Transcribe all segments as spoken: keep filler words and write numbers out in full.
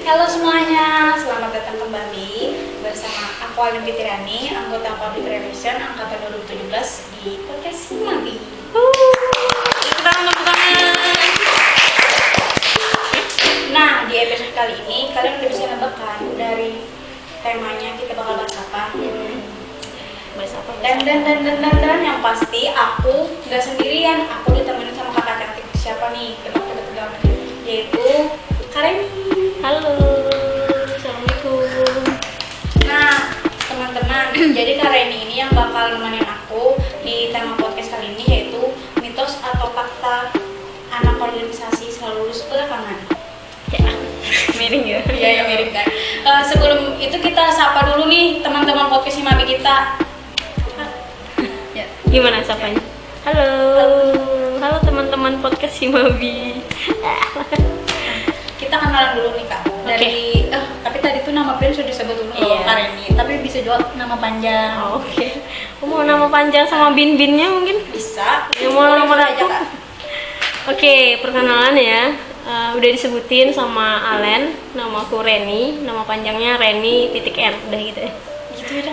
Halo semuanya, selamat datang kembali bersama aku Alin Fitriani, anggota Public Relation angkatan dua ribu tujuh belas di podcast Himabi. Nah, di episode kali ini kalian udah bisa nebak kan dari temanya kita bakal bahas apa? Bahas apa? Dan dan dan dan dan dan yang pasti aku nggak sendirian, aku ditemenin sama kakak cantik siapa nih? Kita kita pegang yaitu Karen. Halo, assalamualaikum. Nah, teman-teman, jadi Karen ini yang bakal nemenin aku di tema podcast kali ini yaitu mitos atau fakta anak organisasi selalu lulus belakangan. Ya, miring ya? Iya, ya miring kan. Uh, sebelum itu kita sapa dulu nih teman-teman podcast Himabi kita. Ya. Gimana sapanya? Halo, halo, halo teman-teman podcast Himabi. Kita kenalan dulu nih kak. Dari, okay. eh, tapi tadi tuh nama brand sudah disebut dulu loh, iya. Karen ini. Tapi bisa juga nama panjang. Oh, Oke. Okay. Kamu mau nama panjang sama bin-binnya mungkin? Bisa. Yang mau nama aja kak. Oke, okay, perkenalan ya. Uh, udah disebutin sama Alen. Nama aku Reni. Nama panjangnya Reni titik N. Udah gitu ya. Gitu ya.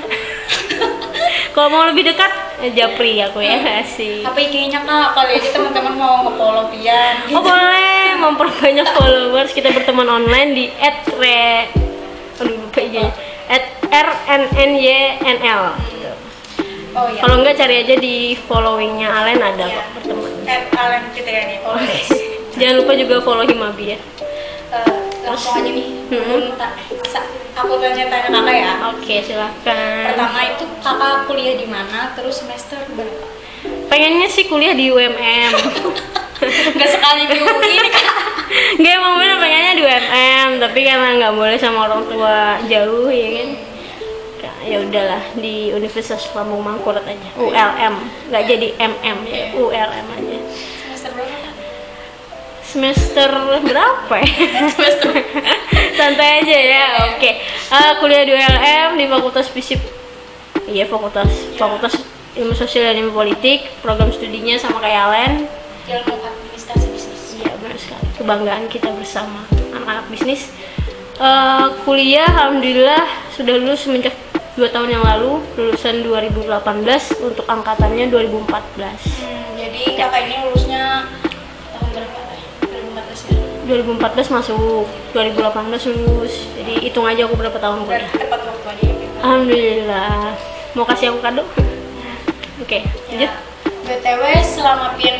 Kalau mau lebih dekat, Japri aku ya, sih. Apa I G-nya kak? Kali aja teman-teman mau nge-follow Pian. Gitu. Oh boleh, memperbanyak followers. Kita berteman online di et re, aduh lupa I G-nya, et r n n y n l. Oh iya. Kalau enggak cari aja di followingnya Alen ada Iya. kok berteman. Et Alen Fitriani. Oh guys. Jangan lupa juga follow Himabi ya. Uh, langsung aja nih. Hmm. Aku tanya-tanya kakak ya. Oke, silakan. Pertama itu kakak kuliah di mana, terus semester berapa? Pengennya sih kuliah di U M M. Gak sekali di U I nih kak. Gak, emang bener pengennya di U M M, tapi karena nggak boleh sama orang tua jauh ya kan. Ya udahlah di Universitas Lambung Mangkurat aja. U L M, nggak jadi M M ya. U L M aja. Semester berapa kak? Semester berapa ya? Semester. Santai aja ya. Oke. Okay. Uh, kuliah di U L M di Fakultas Fisip. Iya, fakultas ya. Fakultas Ilmu Sosial dan Ilmu Politik. Program studinya sama kayak Alen. Ilmu Administrasi Bisnis. Iya, benar sekali. Kebanggaan kita bersama anak-anak bisnis. Uh, kuliah alhamdulillah sudah lulus semenjak dua tahun yang lalu, lulusan dua ribu delapan belas, untuk angkatannya dua ribu empat belas. Hmm, jadi kakak ini lulusnya tahun berapa? dua ribu empat belas ya? dua ribu empat belas masuk, dua ribu delapan belas lulus. Jadi hitung aja aku berapa tahun kuliah. Berarti tepat waktu aja ya. Alhamdulillah. Mau kasih aku kado? Oke, okay, lanjut. Ya. B T W selama Pian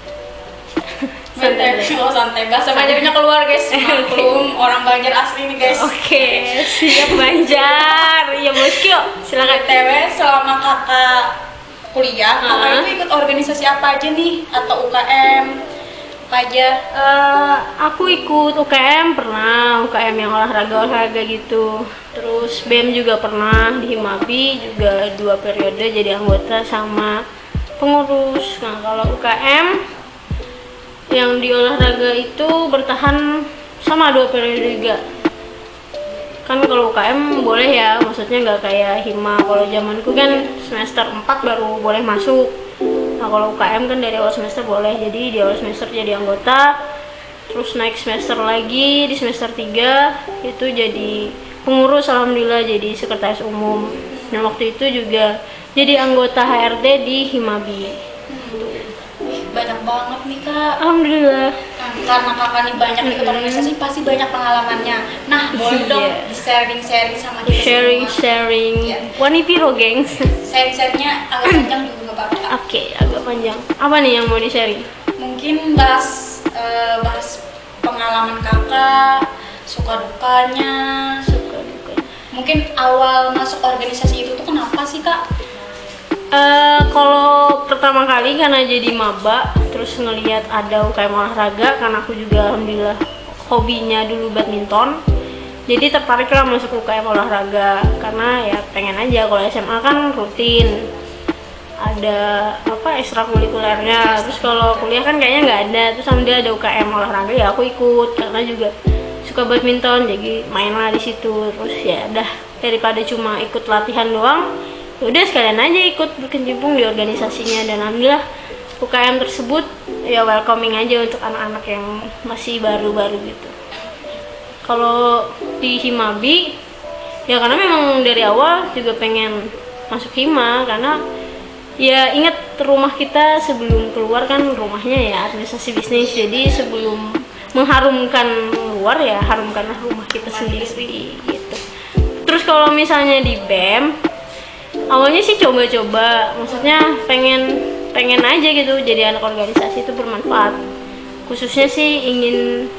Santai. Oh, santai. Bahasa Banjarnya keluar guys. Maklum orang Banjar asli nih guys. Oke, okay, siap Banjar. Ya bosku, silakan. B T W selama kakak kuliah, uh-huh. kakak itu ikut organisasi apa aja nih? Atau U K M? Apa aja? Uh, aku ikut U K M pernah, U K M yang olahraga-olahraga gitu. Terus B E M juga pernah, di Himabi juga dua periode jadi anggota sama pengurus. Nah kalau U K M yang di olahraga itu bertahan sama dua periode juga. Kan kalau U K M boleh ya, maksudnya nggak kayak Hima. Kalau zamanku kan semester empat baru boleh masuk. Nah kalau U K M kan dari awal semester boleh, jadi di awal semester jadi anggota, terus naik semester lagi di semester tiga itu jadi pengurus, alhamdulillah jadi sekretaris umum. Dan waktu itu juga jadi anggota H R D di Himabi. Banyak banget nih kak. Alhamdulillah. Nah, karena kakak nih banyak ikut organisasi, pasti banyak pengalamannya. Nah boleh dong Yeah. di sharing-sharing sama kita Sharing semua. sharing. Yeah. Wanipiro gengs. Sharing-sharingnya agak panjang juga nggak apa-apa. Oke, okay, agak panjang. Apa nih yang mau di sharing? Mungkin bahas uh, bahas pengalaman kakak, suka dukanya. Suka duka. Mungkin awal masuk organisasi itu tuh kenapa sih kak? Uh, kalau pertama kali karena jadi maba, terus ngelihat ada U K M olahraga, karena aku juga alhamdulillah hobinya dulu badminton. Jadi tertarik lah masuk U K M olahraga karena ya pengen aja. Kalau S M A kan rutin ada apa ekstrakurikulernya, terus kalau kuliah kan kayaknya nggak ada. Terus alhamdulillah ada U K M olahraga, ya aku ikut karena juga suka badminton, jadi main lah di situ. Terus ya udah, daripada cuma ikut latihan doang, udah sekalian aja ikut berkecimpung di organisasinya. Dan alhamdulillah U K M tersebut ya welcoming aja untuk anak-anak yang masih baru-baru gitu. Kalau di Himabi ya karena memang dari awal juga pengen masuk Hima, karena ya ingat rumah kita sebelum keluar kan rumahnya ya administrasi bisnis, jadi sebelum mengharumkan luar ya harumkanlah rumah kita sendiri gitu. Terus kalau misalnya di B E M awalnya sih coba-coba, maksudnya pengen pengen aja gitu jadi anak organisasi itu bermanfaat, khususnya sih ingin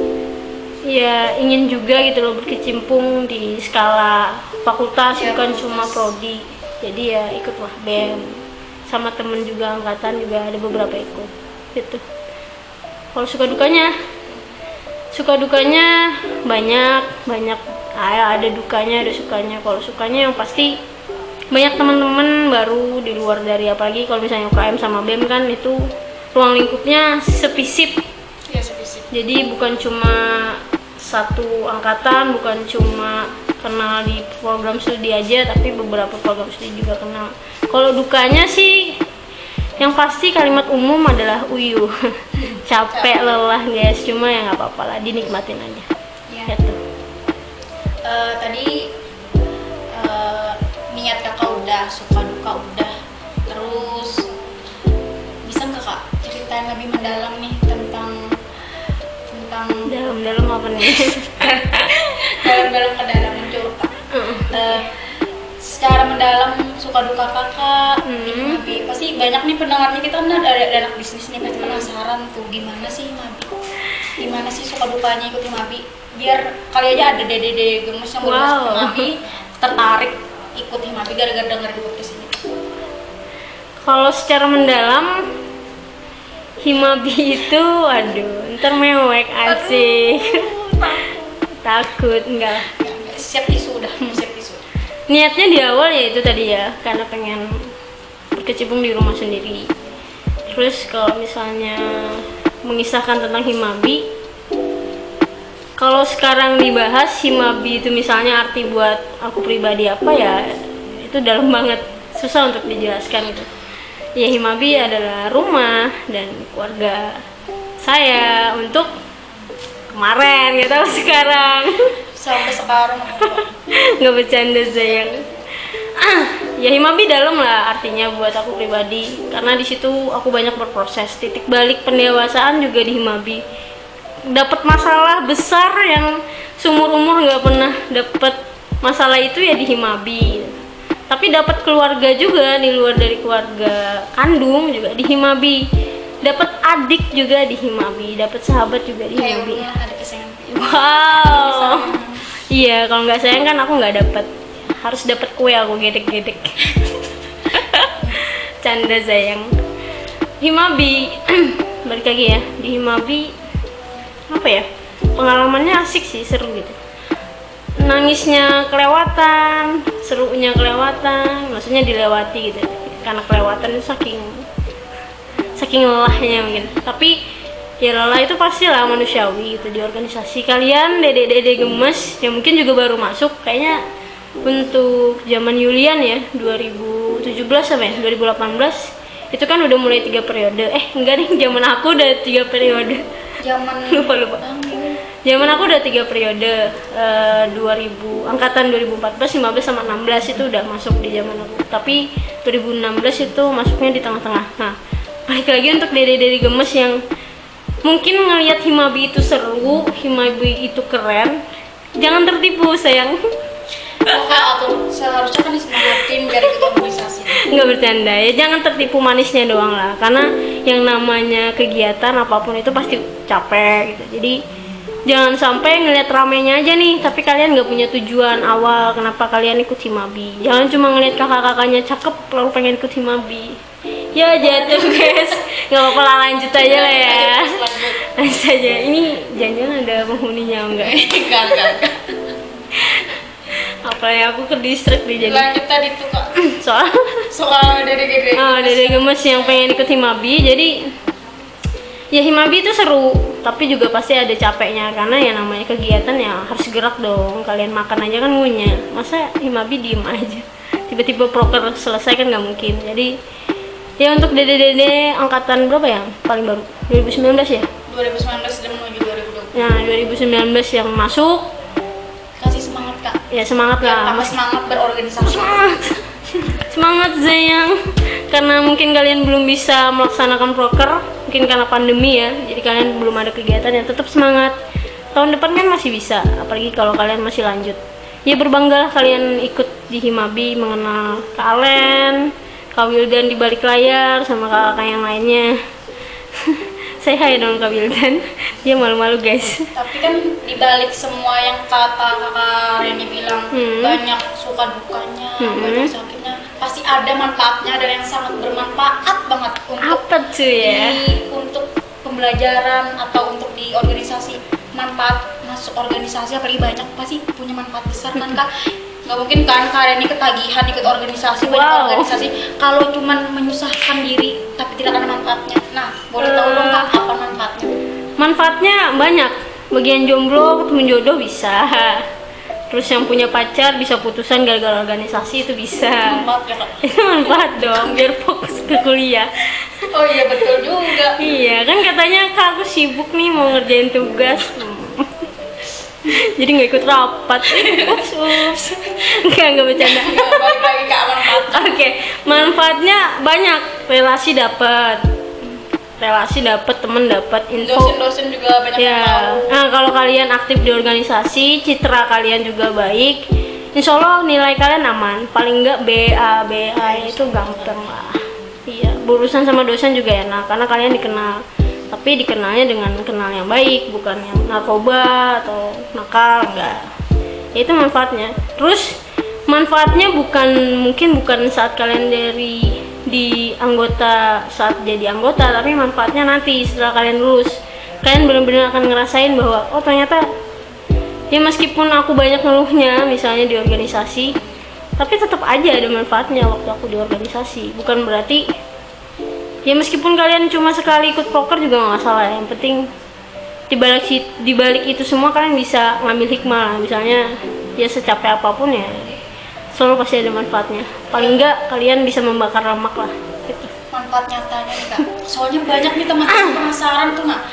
ya ingin juga gitu loh berkecimpung di skala fakultas ya, bukan cuma prodi. Jadi ya ikutlah B E M sama temen juga angkatan juga ada beberapa ikut gitu. Kalau suka dukanya suka dukanya banyak banyak ah, ada dukanya ada sukanya. Kalau sukanya yang pasti banyak teman-teman baru di luar dari, apalagi kalau misalnya U K M sama B E M kan itu ruang lingkupnya sepisip ya, sepisip. Jadi bukan cuma satu angkatan, bukan cuma kenal di program studi aja, tapi beberapa program studi juga kenal. Kalau dukanya sih yang pasti kalimat umum adalah uyu capek, lelah guys, cuma ya nggak apa-apa lah, dinikmatin aja ya. Gitu. Uh, tadi uh, niat kakak udah, suka duka udah, terus bisa nggak kak ceritain lebih mendalam nih tentang tentang dalam-dalam apa nih? dalam-dalam kedalaman coba kak. Uh, secara mendalam suka duka kakak hmm. di Himabi. Pasti banyak nih pendengarnya, kita kan ada, ada anak bisnis nih, pasti penasaran tuh gimana sih Himabi, gimana sih suka dukanya ikut Himabi, biar kali aja ada dede-dede gemes yang udah masuk Himabi tertarik ikut Himabi gara-gara dengerin podcast ini. Kalau secara mendalam Himabi itu aduh ntar mewek asik. Takut enggak lah. Siap tisu udah, siap tisu. Niatnya di awal ya itu tadi ya, karena pengen berkecimpung di rumah sendiri. Terus kalau misalnya mengisahkan tentang Himabi, kalau sekarang dibahas Himabi itu misalnya arti buat aku pribadi apa ya, itu dalam banget, susah untuk dijelaskan gitu. Ya Himabi adalah rumah dan keluarga saya untuk kemarin, nggak tahu sekarang. Sampai sekarang nggak bercanda sayang. Ya Himabi dalam lah artinya buat aku pribadi, karena di situ aku banyak berproses. Titik balik pendewasaan juga di Himabi. Dapat masalah besar yang seumur umur nggak pernah dapat masalah itu ya di Himabi. Tapi dapat keluarga juga di luar dari keluarga kandung juga di Himabi. Dapat adik juga di Himabi, dapat sahabat juga di Himabi. Wow. Iya, kalau nggak sayang kan aku nggak dapat. Harus dapat kue aku gedek-gedek. Canda sayang. Himabi, balik lagi ya. Di Himabi apa ya? Pengalamannya asik sih, seru gitu. Nangisnya kelewatan, serunya kelewatan, maksudnya dilewati gitu. Karena kelewatan itu saking saking lelahnya mungkin. Tapi ya lelah itu pastilah manusiawi gitu di organisasi. Kalian dede-dede gemes yang mungkin juga baru masuk, kayaknya untuk zaman Yulian ya dua ribu tujuh belas sampai dua ribu delapan belas itu kan udah mulai tiga periode. Eh enggak nih, zaman aku udah tiga periode. Zaman lupa lupa. Zaman aku udah tiga periode, uh, dua ribu angkatan dua ribu empat belas, lima belas sama enam belas itu udah masuk di zaman aku. Tapi dua ribu enam belas itu masuknya di tengah-tengah. Nah, balik lagi untuk dede-dede gemes yang mungkin ngelihat Himabi itu seru, Himabi itu keren, jangan tertipu sayang. Oh, atau seharusnya kan disemangatin biar ikut organisasi. Nggak bercanda ya, jangan tertipu manisnya doang lah, karena yang namanya kegiatan apapun itu pasti capek gitu. Jadi jangan sampai ngelihat ramenya aja nih, tapi kalian nggak punya tujuan awal kenapa kalian ikut Himabi. Jangan cuma ngelihat kakak-kakaknya cakep lalu pengen ikut Himabi. Ya jatuh guys, nggak apa-apa lah, lanjut aja lah ya. Lanjut saja. Ini jangan-jangan ada penghuninya enggak? Enggak, enggak. Apa ya, aku ke distrik deh jadi. Lanjut tadi tuh kak. Soal soal dede-dede. Oh, dede gemes yang pengen ikut Himabi. Jadi ya Himabi itu seru, tapi juga pasti ada capeknya karena ya namanya kegiatan ya harus gerak dong. Kalian makan aja kan ngunyah, masa Himabi diem aja tiba-tiba proker selesai kan nggak mungkin. Jadi ya untuk dede-dede angkatan berapa ya paling baru dua ribu sembilan belas ya dua ribu sembilan belas dan menuju dua ribu dua puluh Nah, dua ribu sembilan belas yang masuk Kasih semangat Kak. ya semangat Biar lah. tambah semangat berorganisasi. Semangat. Semangat sayang. Karena mungkin kalian belum bisa melaksanakan proker, mungkin karena pandemi ya. Jadi kalian belum ada kegiatan, ya tetap semangat. Tahun depan kan masih bisa, apalagi kalau kalian masih lanjut. Ya berbanggalah kalian ikut di Himabi, mengenal Kak Alen, Kak Wildan di balik layar sama kakak-kakak yang lainnya. Saya hai dong Kak Wildan. Dia malu-malu guys. Tapi kan dibalik semua yang kata kakak Reni bilang, Hmm. banyak suka dukanya, Hmm. banyak sakitnya, pasti ada manfaatnya dan yang sangat bermanfaat banget untuk Apa tuh ya? di untuk pembelajaran atau untuk di organisasi. Manfaat masuk organisasi apalagi banyak pasti punya manfaat besar kan Kak. Nggak mungkin kan Kak Reni ketagihan ikut organisasi, banyak Wow. organisasi kalau cuman menyusahkan diri tapi tidak ada manfaatnya. Nah, boleh tahu dong Kak apa manfaatnya? Manfaatnya banyak. Bagian jomblo ketemu jodoh bisa. Terus yang punya pacar bisa putusan gara-gara organisasi itu bisa. Manfaat ya Kak? Itu manfaat dong, biar fokus ke kuliah. Oh iya betul juga. Iya kan katanya Kak aku sibuk nih mau ngerjain tugas. Hmm. Jadi nggak ikut rapat. Ups, ups. Enggak, nggak bercanda. Ya, balik lagi ke manfaat. Oke, manfaatnya banyak. Relasi dapat, relasi dapat, temen dapat, info. Dosen-dosen juga banyak yang Ya, tahu. nah kalau kalian aktif di organisasi, citra kalian juga baik. Insya Allah nilai kalian aman. Paling enggak B A B A itu gampang lah. Iya, berurusan sama dosen juga enak karena kalian dikenal. Tapi dikenalnya dengan kenal yang baik, bukan yang narkoba atau nakal, enggak. Ya, itu manfaatnya. Terus manfaatnya bukan mungkin bukan saat kalian dari di anggota saat jadi anggota, tapi manfaatnya nanti setelah kalian lulus. Kalian benar-benar akan ngerasain bahwa oh ternyata ya meskipun aku banyak ngeluhnya misalnya di organisasi, tapi tetap aja ada manfaatnya waktu aku di organisasi. Bukan berarti ya meskipun kalian cuma sekali ikut proker juga nggak masalah. Yang penting dibalik dibalik itu semua kalian bisa ngambil hikmah lah. Misalnya ya secapek apapun ya selalu pasti ada manfaatnya. Paling enggak kalian bisa membakar lemak lah gitu. Manfaat nyatanya nih Kak. Soalnya banyak nih teman-teman penasaran tuh Kak.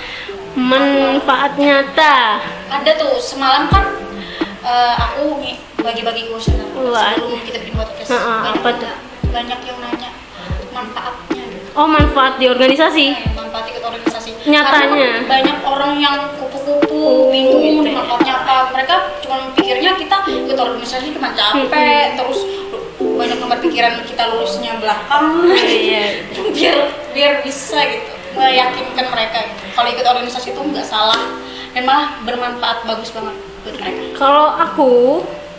Manfaat nyata. Ada tuh semalam kan eh, aku nih bagi-bagi kuesioner Wah. sebelum kita bikin podcast. Heeh, banyak, apa tuh? banyak yang nanya manfaatnya. Oh, manfaat di organisasi. Eh, manfaat ikut organisasi. Nyatanya. Karena banyak orang yang kupu-kupu Oh. bingung nih manfaatnya apa. Mereka cuma pikirnya kita ikut organisasi cuma capek, terus banyak yang berpikiran kita lulusnya belakang. Iya. biar biar bisa gitu meyakinkan mereka gitu. Kalau ikut organisasi itu nggak salah dan malah bermanfaat, bagus banget buat mereka. Kalau aku,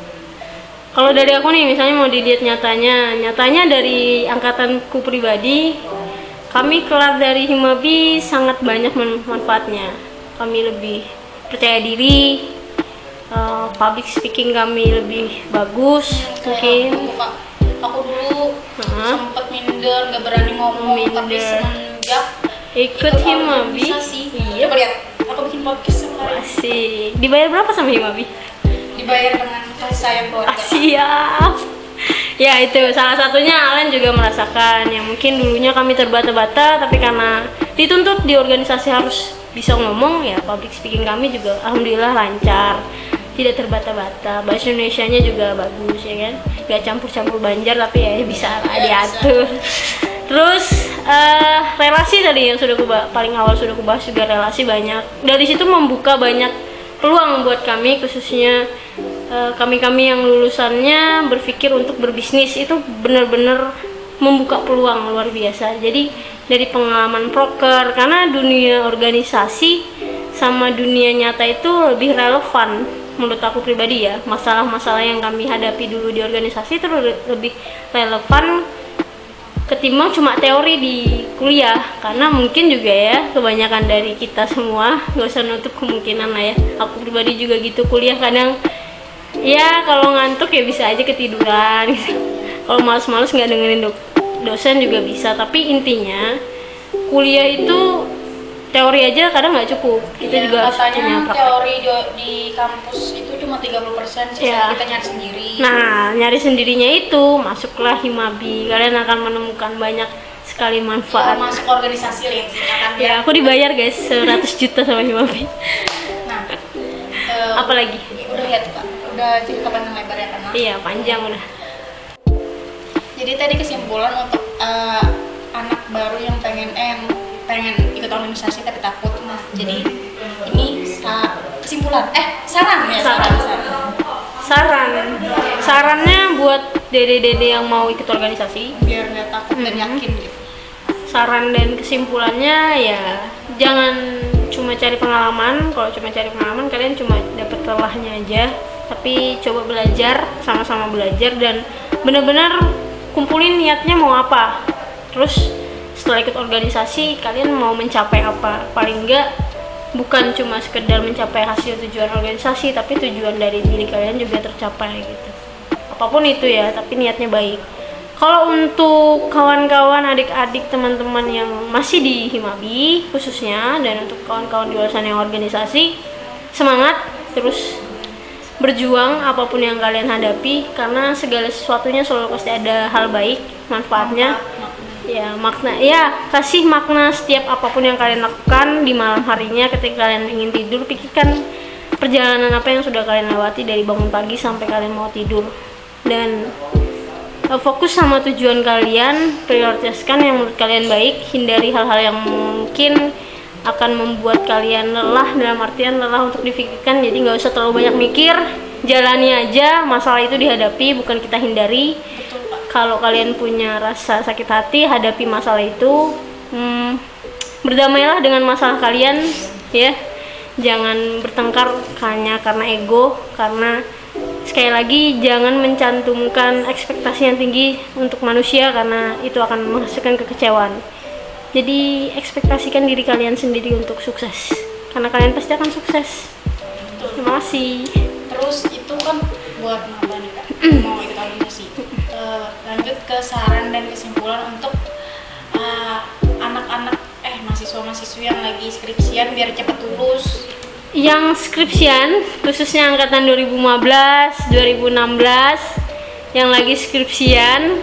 kalau dari aku nih, misalnya mau dilihat nyatanya, nyatanya dari angkatanku pribadi, kami kelar dari Himabi sangat banyak man- manfaatnya. Kami lebih percaya diri, uh, public speaking kami lebih bagus, mungkin. Kayak aku, Kak, aku dulu Hah? sempet minder, nggak berani ngomong, Minder. tapi semenjak Ikut Himabi, organisasi, iya. coba lihat, aku bikin podcast kemarin, Asik. Dibayar berapa sama Himabi? dibayar dengan kasih sayang keluarga. Siap. Ya itu salah satunya Alen juga merasakan yang mungkin dulunya kami terbata-bata, tapi karena dituntut di organisasi harus bisa ngomong, ya public speaking kami juga alhamdulillah lancar, tidak terbata-bata. Bahasa Indonesianya juga bagus ya kan, gak campur-campur Banjar tapi ya bisa lah Ya, diatur. Terus eh, relasi tadi yang sudah kuba- paling awal sudah kubahas juga relasi banyak. Dari situ membuka banyak peluang buat kami, khususnya eh, kami-kami yang lulusannya berpikir untuk berbisnis. Itu benar-benar membuka peluang luar biasa. Jadi dari pengalaman proker, karena dunia organisasi sama dunia nyata itu lebih relevan menurut aku pribadi ya. Masalah-masalah yang kami hadapi dulu di organisasi itu lebih relevan ketimbang cuma teori di kuliah, karena mungkin juga ya kebanyakan dari kita semua, gak usah nutup kemungkinan lah ya, aku pribadi juga gitu, kuliah kadang ya kalau ngantuk ya bisa aja ketiduran gitu. Kalau males-males nggak dengerin do dosen juga bisa, tapi intinya kuliah itu teori aja kadang nggak cukup, kita Ya, juga harus punya katanya praktek. teori di, di kampus itu cuma tiga puluh persen, sisanya Ya. kita nyari sendiri. Nah, nyari sendirinya itu masuklah Himabi, kalian akan menemukan banyak sekali Kalau manfaat. masuk organisasi lihat singkatan Ya, aku dibayar guys seratus juta sama Himabi. Nah, apa lagi? Udah ya tuh Kak, udah cerita panjang lebar ya karena. Iya, panjang udah. Jadi tadi kesimpulan untuk uh, anak baru yang pengen eh, yang pengen ikut organisasi tapi takut. Nah, jadi ini sa kesimpulan eh saran ya Saran. saran. saran. Saran. Sarannya buat dede-dede yang mau ikut organisasi Biar nggak takut dan Mhm. yakin gitu. saran dan kesimpulannya ya jangan cuma cari pengalaman. Kalau cuma cari pengalaman kalian cuma dapat lelahnya aja, tapi coba belajar, sama-sama belajar dan benar-benar kumpulin niatnya mau apa. Terus setelah ikut organisasi kalian mau mencapai apa, paling enggak bukan cuma sekedar mencapai hasil tujuan organisasi, tapi tujuan dari diri kalian juga tercapai gitu. Apapun itu ya, tapi niatnya baik. Kalau untuk kawan-kawan, adik-adik, teman-teman yang masih di Himabi khususnya, dan untuk kawan-kawan di luar sana yang organisasi, semangat, terus berjuang apapun yang kalian hadapi, karena segala sesuatunya selalu pasti ada hal baik, manfaatnya. Ya, makna, ya kasih makna setiap apapun yang kalian lakukan di malam harinya. Ketika kalian ingin tidur, pikirkan perjalanan apa yang sudah kalian lewati dari bangun pagi sampai kalian mau tidur, dan fokus sama tujuan kalian, prioritaskan yang menurut kalian baik, hindari hal-hal yang mungkin akan membuat kalian lelah, dalam artian lelah untuk difikirkan. Jadi nggak usah terlalu banyak mikir, jalani aja, masalah itu dihadapi, bukan kita hindari. Kalau kalian punya rasa sakit hati, hadapi masalah itu, hmm, berdamailah dengan masalah kalian ya, jangan bertengkar hanya karena ego, karena sekali lagi jangan mencantumkan ekspektasi yang tinggi untuk manusia, karena itu akan menghasilkan kekecewaan. Jadi ekspektasikan diri kalian sendiri untuk sukses, karena kalian pasti akan sukses. Terima kasih. Terus itu kan buat apa nih Kak? Mau ikut organisasi. Uh, lanjut ke saran dan kesimpulan untuk uh, anak-anak eh mahasiswa-mahasiswi yang lagi skripsian biar cepat lulus. Yang skripsian, khususnya angkatan dua ribu lima belas, dua ribu enam belas yang lagi skripsian,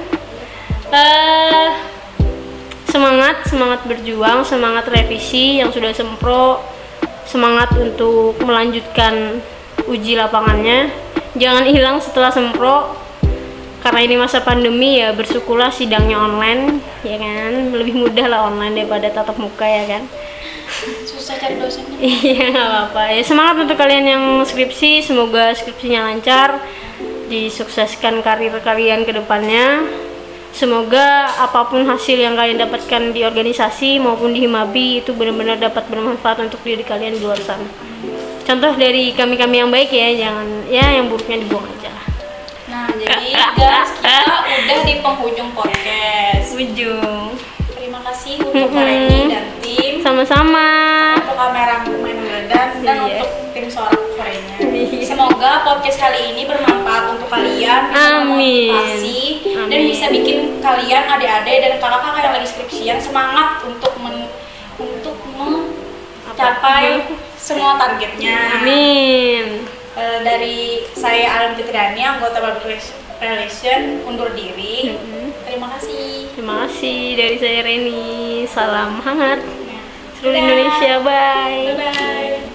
uh, semangat, semangat berjuang, semangat revisi yang sudah sempro, semangat untuk melanjutkan uji lapangannya. Jangan hilang setelah sempro, karena ini masa pandemi ya, bersyukurlah sidangnya online ya kan, lebih mudah lah online daripada tatap muka ya kan. Susah cari dosennya. Iya, nggak apa-apa ya. Semangat untuk kalian yang skripsi, semoga skripsinya lancar, disukseskan karir kalian ke depannya. Semoga apapun hasil yang kalian dapatkan di organisasi maupun di Himabi itu benar-benar dapat bermanfaat untuk diri kalian di luar sana. Contoh dari kami-kami yang baik ya, jangan ya yang buruknya dibuang aja. Nah, jadi guys, kita udah di penghujung podcast. Ujung. Terima kasih untuk Kak Reni dan tim. Sama-sama. Untuk kamera main dan dan Iya. untuk tim suara korenya. Semoga podcast kali ini bermanfaat untuk kalian, bisa Amin. memotivasi dan Amin. bisa bikin kalian adik-adik dan kakak-kakak yang lagi skripsian semangat untuk men, untuk mencapai semua targetnya. Amin. Uh, dari saya Alam Fitriani, anggota Public Relation, undur diri. Mm-hmm. Terima kasih. Terima kasih dari saya Reni. Salam hangat. Nah, Seluruh dadah. Indonesia, bye. Bye bye.